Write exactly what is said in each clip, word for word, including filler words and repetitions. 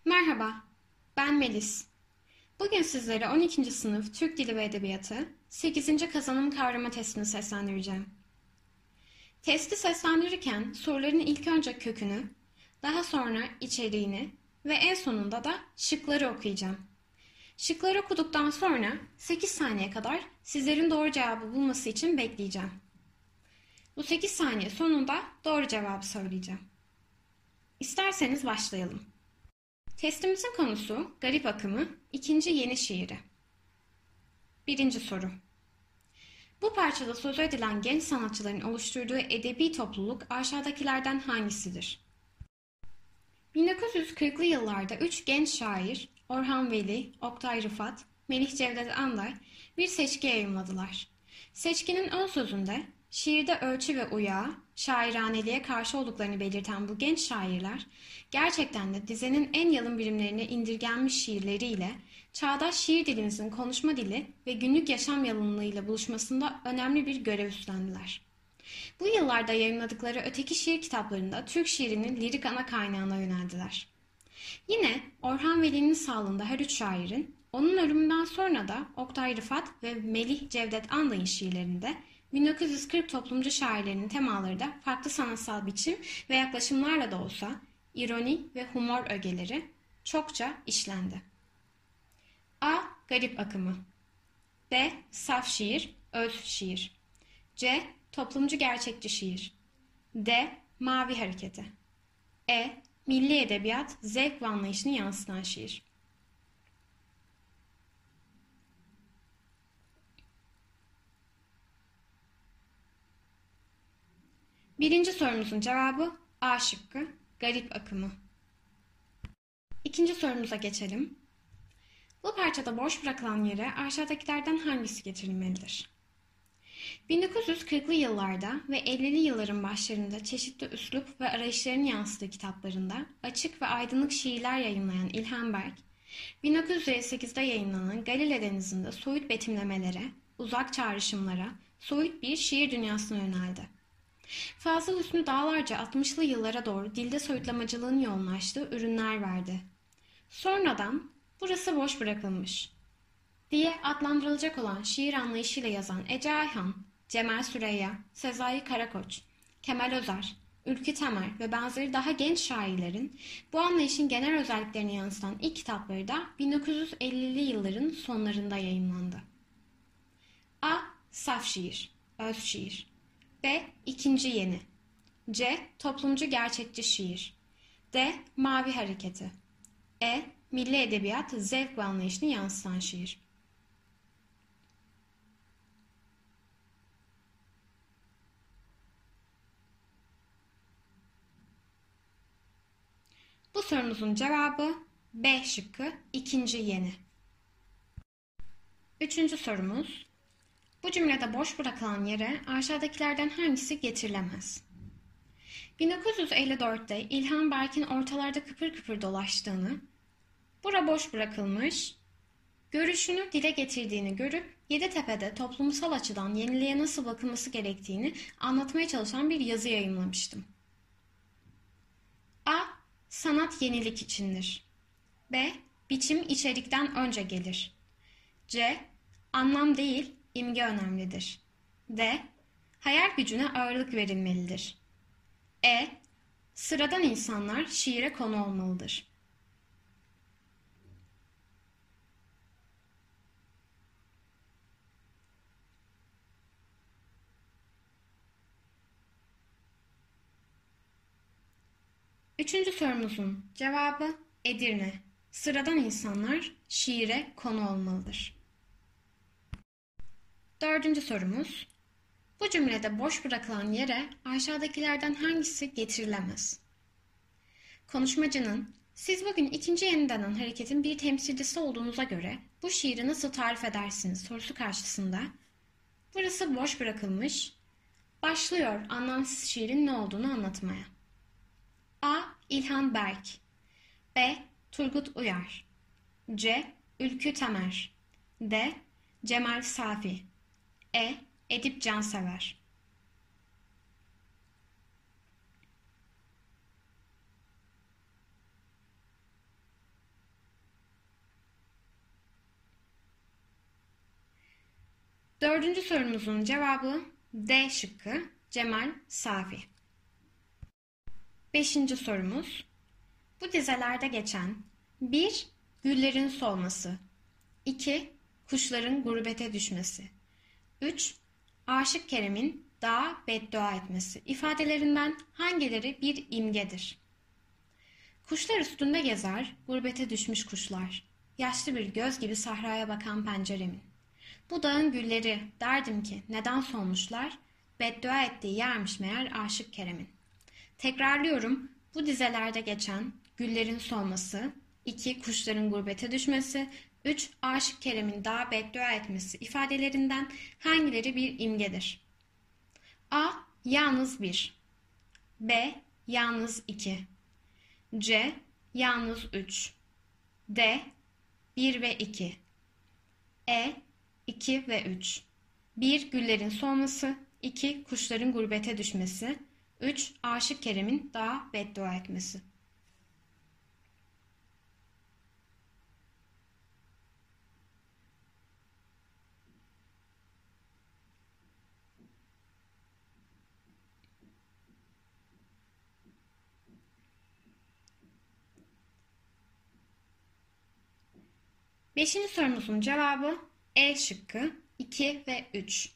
Merhaba, ben Melis. Bugün sizlere on ikinci sınıf Türk Dili ve Edebiyatı sekizinci kazanım kavrama testini seslendireceğim. Testi seslendirirken soruların ilk önce kökünü, daha sonra içeriğini ve en sonunda da şıkları okuyacağım. Şıkları okuduktan sonra sekiz saniye kadar sizlerin doğru cevabı bulması için bekleyeceğim. Bu sekiz saniye sonunda doğru cevabı söyleyeceğim. İsterseniz başlayalım. Testimizin konusu Garip Akımı ikinci yeni şiiri. Birinci soru. Bu parçada söz edilen genç sanatçıların oluşturduğu edebi topluluk aşağıdakilerden hangisidir? bin dokuz yüz kırklı yıllarda üç genç şair Orhan Veli, Oktay Rıfat, Melih Cevdet Anday bir seçki yayımladılar. Seçkinin ön sözünde şiirde ölçü ve uyağa, şairaneliğe karşı olduklarını belirten bu genç şairler, gerçekten de dizenin en yalın birimlerine indirgenmiş şiirleriyle, çağdaş şiir dilimizin konuşma dili ve günlük yaşam yalınlığıyla buluşmasında önemli bir görev üstlendiler. Bu yıllarda yayımladıkları öteki şiir kitaplarında Türk şiirinin lirik ana kaynağına yöneldiler. Yine Orhan Veli'nin sağlığında her üç şairin, onun ölümünden sonra da Oktay Rıfat ve Melih Cevdet Anday'ın şiirlerinde bin dokuz yüz kırk toplumcu şairlerinin temaları da farklı sanatsal biçim ve yaklaşımlarla da olsa ironi ve humor ögeleri çokça işlendi. A. Garip akımı. B. Saf şiir, öz şiir. C. Toplumcu gerçekçi şiir. D. Mavi hareketi. E. Milli edebiyat, zevk ve anlayışını yansıtan şiir. Birinci sorumuzun cevabı A şıkkı, garip akımı. İkinci sorumuza geçelim. Bu parçada boş bırakılan yere aşağıdakilerden hangisi getirilmelidir? bin dokuz yüz kırklı yıllarda ve ellili yılların başlarında çeşitli üslup ve arayışların yansıdığı kitaplarında açık ve aydınlık şiirler yayımlayan İlhan Berk, bin dokuz yüz elli sekizde yayınlanan Galile Denizi'nde soyut betimlemelere, uzak çağrışımlara, soyut bir şiir dünyasına yöneldi. Fazıl Hüsnü dağlarca altmışlı yıllara doğru dilde soyutlamacılığın yoğunlaştığı ürünler verdi. Sonradan burası boş bırakılmış diye adlandırılacak olan şiir anlayışıyla yazan Ece Ayhan, Cemal Süreyya, Sezai Karakoç, Kemal Özer, Ülkü Temer ve benzeri daha genç şairlerin bu anlayışın genel özelliklerini yansıtan ilk kitapları da bin dokuz yüz ellili yılların sonlarında yayımlandı. A. Saf şiir, öz şiir. B. İkinci yeni. C. Toplumcu gerçekçi şiir. D. Mavi hareketi. E. Milli edebiyat, zevk ve anlayışını yansıtan şiir. Bu sorumuzun cevabı B şıkkı, ikinci yeni. Üçüncü sorumuz. Bu cümlede boş bırakılan yere aşağıdakilerden hangisi getirilemez? bin dokuz yüz elli dörtte İlhan Berk'in ortalarda kıpır kıpır dolaştığını, bura boş bırakılmış, görüşünü dile getirdiğini görüp Yeditepe'de toplumsal açıdan yeniliğe nasıl bakılması gerektiğini anlatmaya çalışan bir yazı yayımlamıştım. A. Sanat yenilik içindir. B. Biçim içerikten önce gelir. C. Anlam değil, imge önemlidir. D. Hayal gücüne ağırlık verilmelidir. E. Sıradan insanlar şiire konu olmalıdır. Üçüncü sorumuzun cevabı Edirne. Sıradan insanlar şiire konu olmalıdır. Dördüncü sorumuz. Bu cümlede boş bırakılan yere aşağıdakilerden hangisi getirilemez? Konuşmacının, siz bugün ikinci yeni denen hareketin bir temsilcisi olduğunuza göre bu şiiri nasıl tarif edersiniz sorusu karşısında, burası boş bırakılmış, başlıyor anlamsız şiirin ne olduğunu anlatmaya. A. İlhan Berk. B. Turgut Uyar. C. Ülkü Temer. D. Cemal Safi. E. Edip Cansever. Dördüncü sorumuzun cevabı D şıkkı, Cemal Safi. Beşinci sorumuz. Bu dizelerde geçen bir Güllerin solması, iki Kuşların gurbete düşmesi, üç Aşık Kerem'in dağa beddua etmesi ifadelerinden hangileri bir imgedir? Kuşlar üstünde gezer, gurbete düşmüş kuşlar. Yaşlı bir göz gibi sahraya bakan penceremin. Bu dağın gülleri, derdim ki neden solmuşlar? Beddua ettiği yermiş meğer Aşık Kerem'in. Tekrarlıyorum, bu dizelerde geçen Güllerin solması, iki Kuşların gurbete düşmesi, üç Aşık Kerem'in dağa beddua etmesi ifadelerinden hangileri bir imgedir? A. Yalnız bir, B. Yalnız iki, C. Yalnız üç, D. bir ve iki, E. iki ve üç. bir Güllerin solması, iki Kuşların gurbete düşmesi, üç Aşık Kerem'in dağa beddua etmesi. Beşinci sorumuzun cevabı E şıkkı, iki ve üç.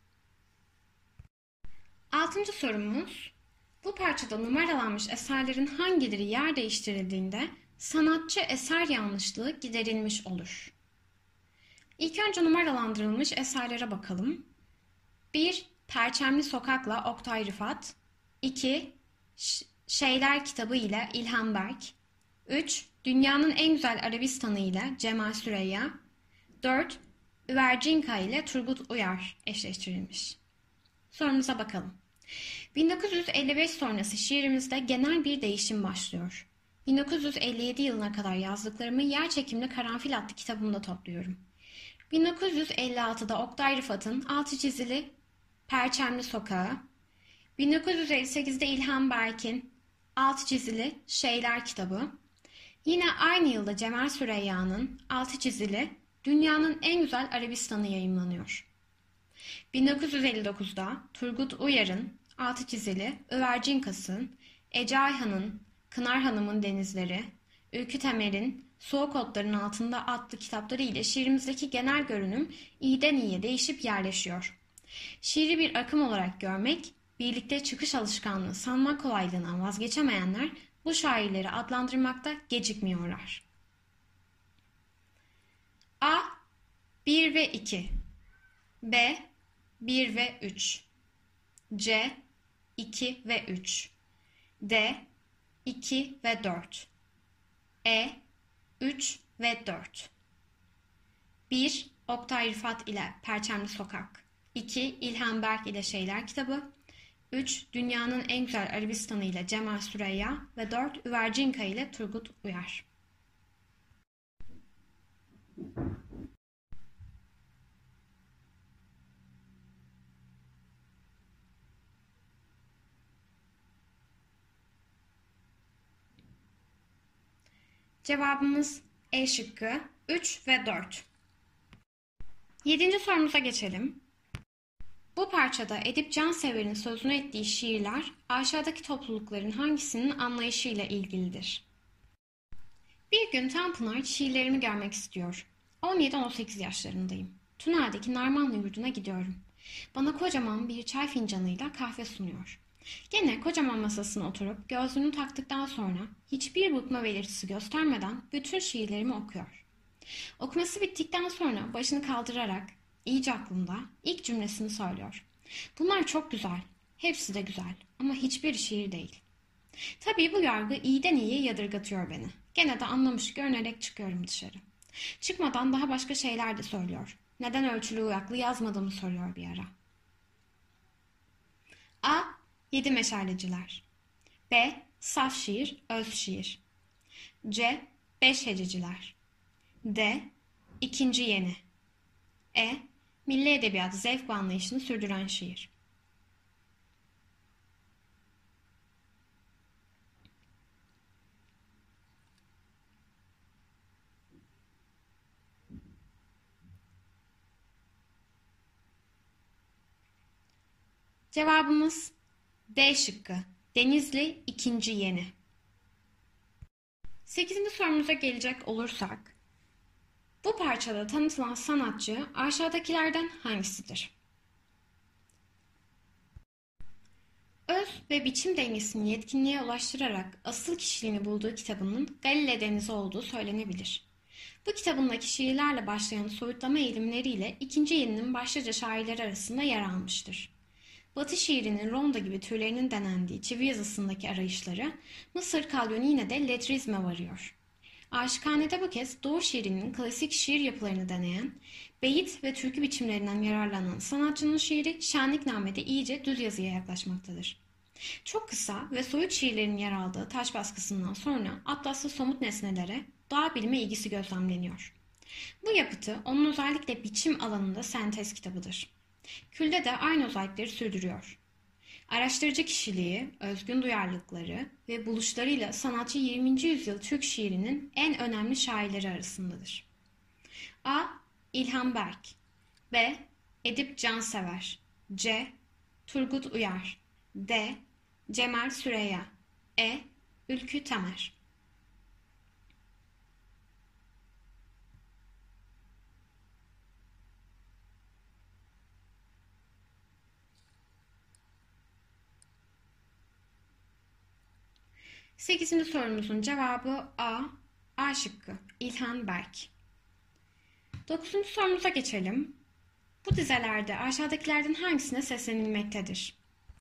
Altıncı sorumuz. Bu parçada numaralanmış eserlerin hangileri yer değiştirildiğinde sanatçı eser yanlışlığı giderilmiş olur? İlk önce numaralandırılmış eserlere bakalım. bir Perçemli Sokak'la Oktay Rıfat, iki Şeyler kitabı ile İlhan Berk, üç Dünyanın en güzel Arabistanı ile Cemal Süreyya, dört Üvercinka ile Turgut Uyar eşleştirilmiş. Sorumuza bakalım. bin dokuz yüz elli beş sonrası şiirimizde genel bir değişim başlıyor. bin dokuz yüz elli yedi yılına kadar yazdıklarımı Yerçekimli Karanfil adlı kitabımda topluyorum. bin dokuz yüz elli altıda Oktay Rıfat'ın altı çizili Perçemli Sokağı, bin dokuz yüz elli sekizde İlhan Berk'in altı çizili Şeyler kitabı, yine aynı yılda Cemal Süreyya'nın altı çizili Dünyanın en güzel Arabistanı yayımlanıyor. bin dokuz yüz elli dokuzda Turgut Uyar'ın altı çizili Övercinkas'ın, Ece Ayhan'ın Kınar Hanım'ın Denizleri, Ülkü Temer'in Soğuk Otların Altında adlı kitapları ile şiirimizdeki genel görünüm iyiden iyiye değişip yerleşiyor. Şiiri bir akım olarak görmek, birlikte çıkış alışkanlığı sanma kolaylığından vazgeçemeyenler bu şairleri adlandırmakta gecikmiyorlar. A. bir ve iki, B. bir ve üç, C. iki ve üç, D. iki ve dört, E. üç ve dört. bir. Oktay Rıfat ile Perçemli Sokak, iki. İlhan Berk ile Şeyler kitabı, üç. Dünyanın en güzel Arabistanı ile Cemal Süreyya ve dört. Üvercinka ile Turgut Uyar. Cevabımız E şıkkı, üç ve dört. Yedinci sorumuza geçelim. Bu parçada Edip Cansever'in sözünü ettiği şiirler aşağıdaki toplulukların hangisinin anlayışıyla ilgilidir? Bir gün Tanpınar şiirlerimi görmek istiyor. on yedi on sekiz yaşlarındayım. Tünel'deki Narmanlı yurduna gidiyorum. Bana kocaman bir çay fincanıyla kahve sunuyor. Gene kocaman masasına oturup gözlüğünü taktıktan sonra hiçbir bıkma belirtisi göstermeden bütün şiirlerimi okuyor. Okuması bittikten sonra başını kaldırarak iyice aklında ilk cümlesini söylüyor. Bunlar çok güzel, hepsi de güzel ama hiçbir şiir değil. Tabii bu yargı iyiden iyiye yadırgatıyor beni. Gene de anlamış görünerek çıkıyorum dışarı. Çıkmadan daha başka şeyler de söylüyor. Neden ölçülü uyaklı yazmadığımı soruyor bir ara. A. Yedi Meşaleciler, B. Saf şiir, öz şiir, C. Beş Hececiler, D. İkinci Yeni, E. Milli edebiyat zevk ve anlayışını sürdüren şiir. Cevabımız D şıkkı. Denizli ikinci Yeni. Sekizinci sorumuza gelecek olursak, bu parçada tanıtılan sanatçı aşağıdakilerden hangisidir? Öz ve biçim dengesini yetkinliğe ulaştırarak asıl kişiliğini bulduğu kitabının Galile Denizi olduğu söylenebilir. Bu kitabındaki şiirlerle başlayan soyutlama eğilimleriyle ikinci Yeni'nin başlıca şairleri arasında yer almıştır. Batı şiirinin ronda gibi türlerinin denendiği çivi yazısındaki arayışları Mısır kalyonu yine de letrizme varıyor. Aşıkhane'de bu kez Doğu şiirinin klasik şiir yapılarını deneyen, beyit ve türkü biçimlerinden yararlanan sanatçının şiiri Şenlikname'de iyice düz yazıya yaklaşmaktadır. Çok kısa ve soyut şiirlerin yer aldığı taş baskısından sonra atlaslı somut nesnelere, doğa bilime ilgisi gözlemleniyor. Bu yapıtı onun özellikle biçim alanında sentez kitabıdır. Külde de aynı özellikleri sürdürüyor. Araştırıcı kişiliği, özgün duyarlılıkları ve buluşlarıyla sanatçı yirminci yüzyıl Türk şiirinin en önemli şairleri arasındadır. A. İlhan Berk. B. Edip Cansever. C. Turgut Uyar. D. Cemal Süreya. E. Ülkü Tamer. Sekizinci sorumuzun cevabı A. A şıkkı. İlhan Berk. Dokuzuncu sorumuza geçelim. Bu dizelerde aşağıdakilerden hangisine seslenilmektedir?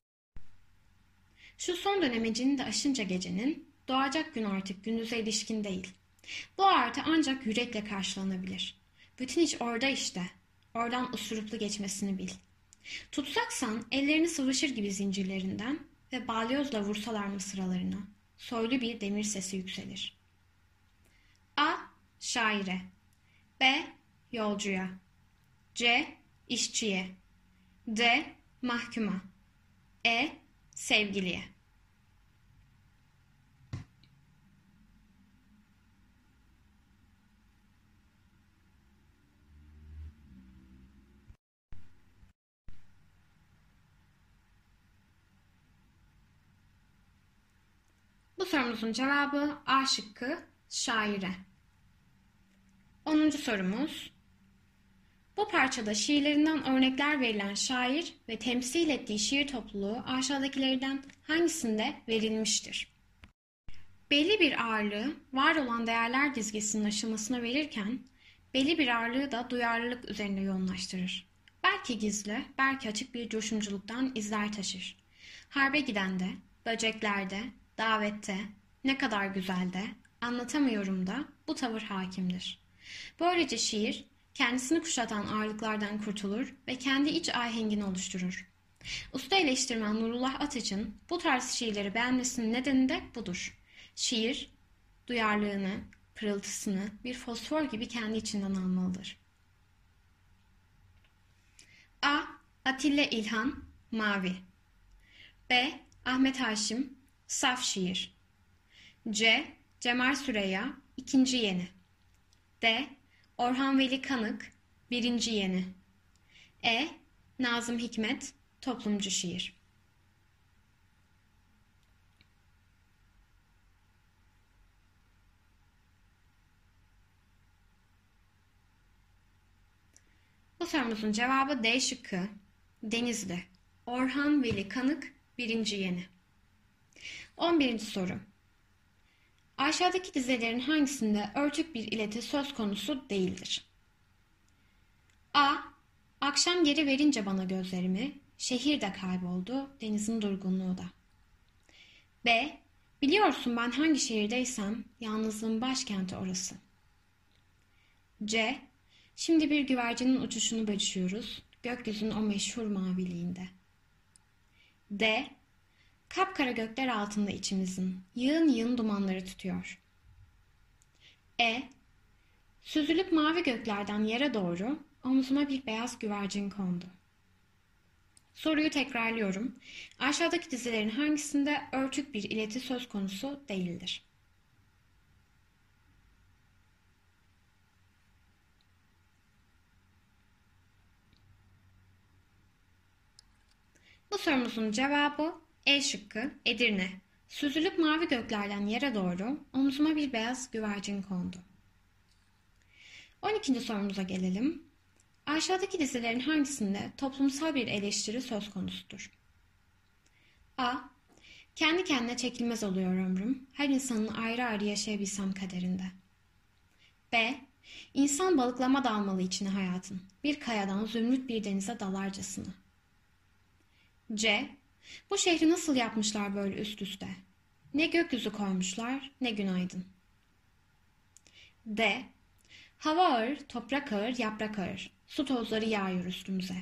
Şu son dönemecini de aşınca gecenin, doğacak gün artık gündüze ilişkin değil. Bu artı ancak yürekle karşılanabilir. Bütün iş orada işte. Oradan usuruplu geçmesini bil. Tutsaksan ellerini sıvışır gibi zincirlerinden ve balyozla vursalar mı sıralarına, soylu bir demir sesi yükselir. A. Şaire. B. Yolcuya. C. İşçiye. D. Mahkuma. E. Sevgiliye. Bu sorumuzun cevabı A şıkkı şaire. Onuncu sorumuz. Bu parçada şiirlerinden örnekler verilen şair ve temsil ettiği şiir topluluğu aşağıdakilerden hangisinde verilmiştir? Belli bir ağırlığı var olan değerler dizgesinin aşılmasına verirken, belli bir ağırlığı da duyarlılık üzerinde yoğunlaştırır. Belki gizli, belki açık bir coşumculuktan izler taşır. Harbe gidende, böceklerde, davette, ne kadar güzelde, anlatamıyorum da bu tavır hakimdir. Böylece şiir, kendisini kuşatan ağırlıklardan kurtulur ve kendi iç ahengini oluşturur. Usta eleştirmen Nurullah Atıç'ın bu tarz şiirleri beğenmesinin nedeni de budur. Şiir, duyarlılığını, pırıltısını bir fosfor gibi kendi içinden almalıdır. A. Atilla İlhan, Mavi. B. Ahmet Haşim, Saf Şiir. C. Cemal Süreya, İkinci Yeni. D. Orhan Veli Kanık, Birinci Yeni. E. Nazım Hikmet, Toplumcu Şiir. Bu sorumuzun cevabı D şıkkı. Denizli. Orhan Veli Kanık, Birinci Yeni. on birinci soru. Aşağıdaki dizelerin hangisinde örtük bir ileti söz konusu değildir? A. Akşam geri verince bana gözlerimi, şehir de kayboldu, denizin durgunluğu da. B. Biliyorsun ben hangi şehirdeysem, yalnızlığın başkenti orası. C. Şimdi bir güvercinin uçuşunu bölüşüyoruz, gökyüzünün o meşhur maviliğinde. D. Kapkara gökler altında içimizin, yığın yığın dumanları tutuyor. E. Süzülüp mavi göklerden yere doğru, omzuma bir beyaz güvercin kondu. Soruyu tekrarlıyorum. Aşağıdaki dizilerin hangisinde örtük bir ileti söz konusu değildir? Bu sorumuzun cevabı E şıkkı, Edirne. Süzülüp mavi göklerden yere doğru omzuma bir beyaz güvercin kondu. on ikinci sorumuza gelelim. Aşağıdaki dizilerin hangisinde toplumsal bir eleştiri söz konusudur? A. Kendi kendine çekilmez oluyor ömrüm, her insanın ayrı ayrı yaşayabilsem kaderinde. B. İnsan balıklama dalmalı içine hayatın, bir kayadan zümrüt bir denize dalarcasına. C. Bu şehri nasıl yapmışlar böyle üst üste? Ne gökyüzü koymuşlar, ne günaydın. D. Hava ağır, toprak ağır, yaprak ağır, su tozları yağıyor üstümüze.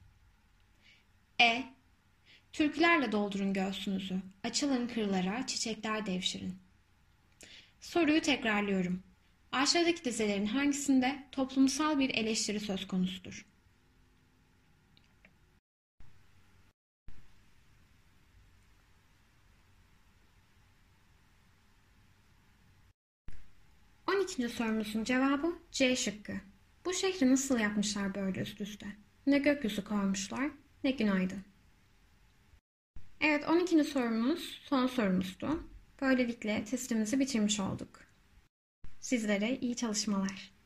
E. Türkülerle doldurun göğsünüzü, açılın kırlara, çiçekler devşirin. Soruyu tekrarlıyorum. Aşağıdaki dizilerin hangisinde toplumsal bir eleştiri söz konusudur? on ikinci sorumuzun cevabı C şıkkı. Bu şehri nasıl yapmışlar böyle üst üste? Ne gökyüzü koymuşlar, ne günaydın. Evet, on ikinci sorumuz son sorumuzdu. Böylelikle testimizi bitirmiş olduk. Sizlere iyi çalışmalar.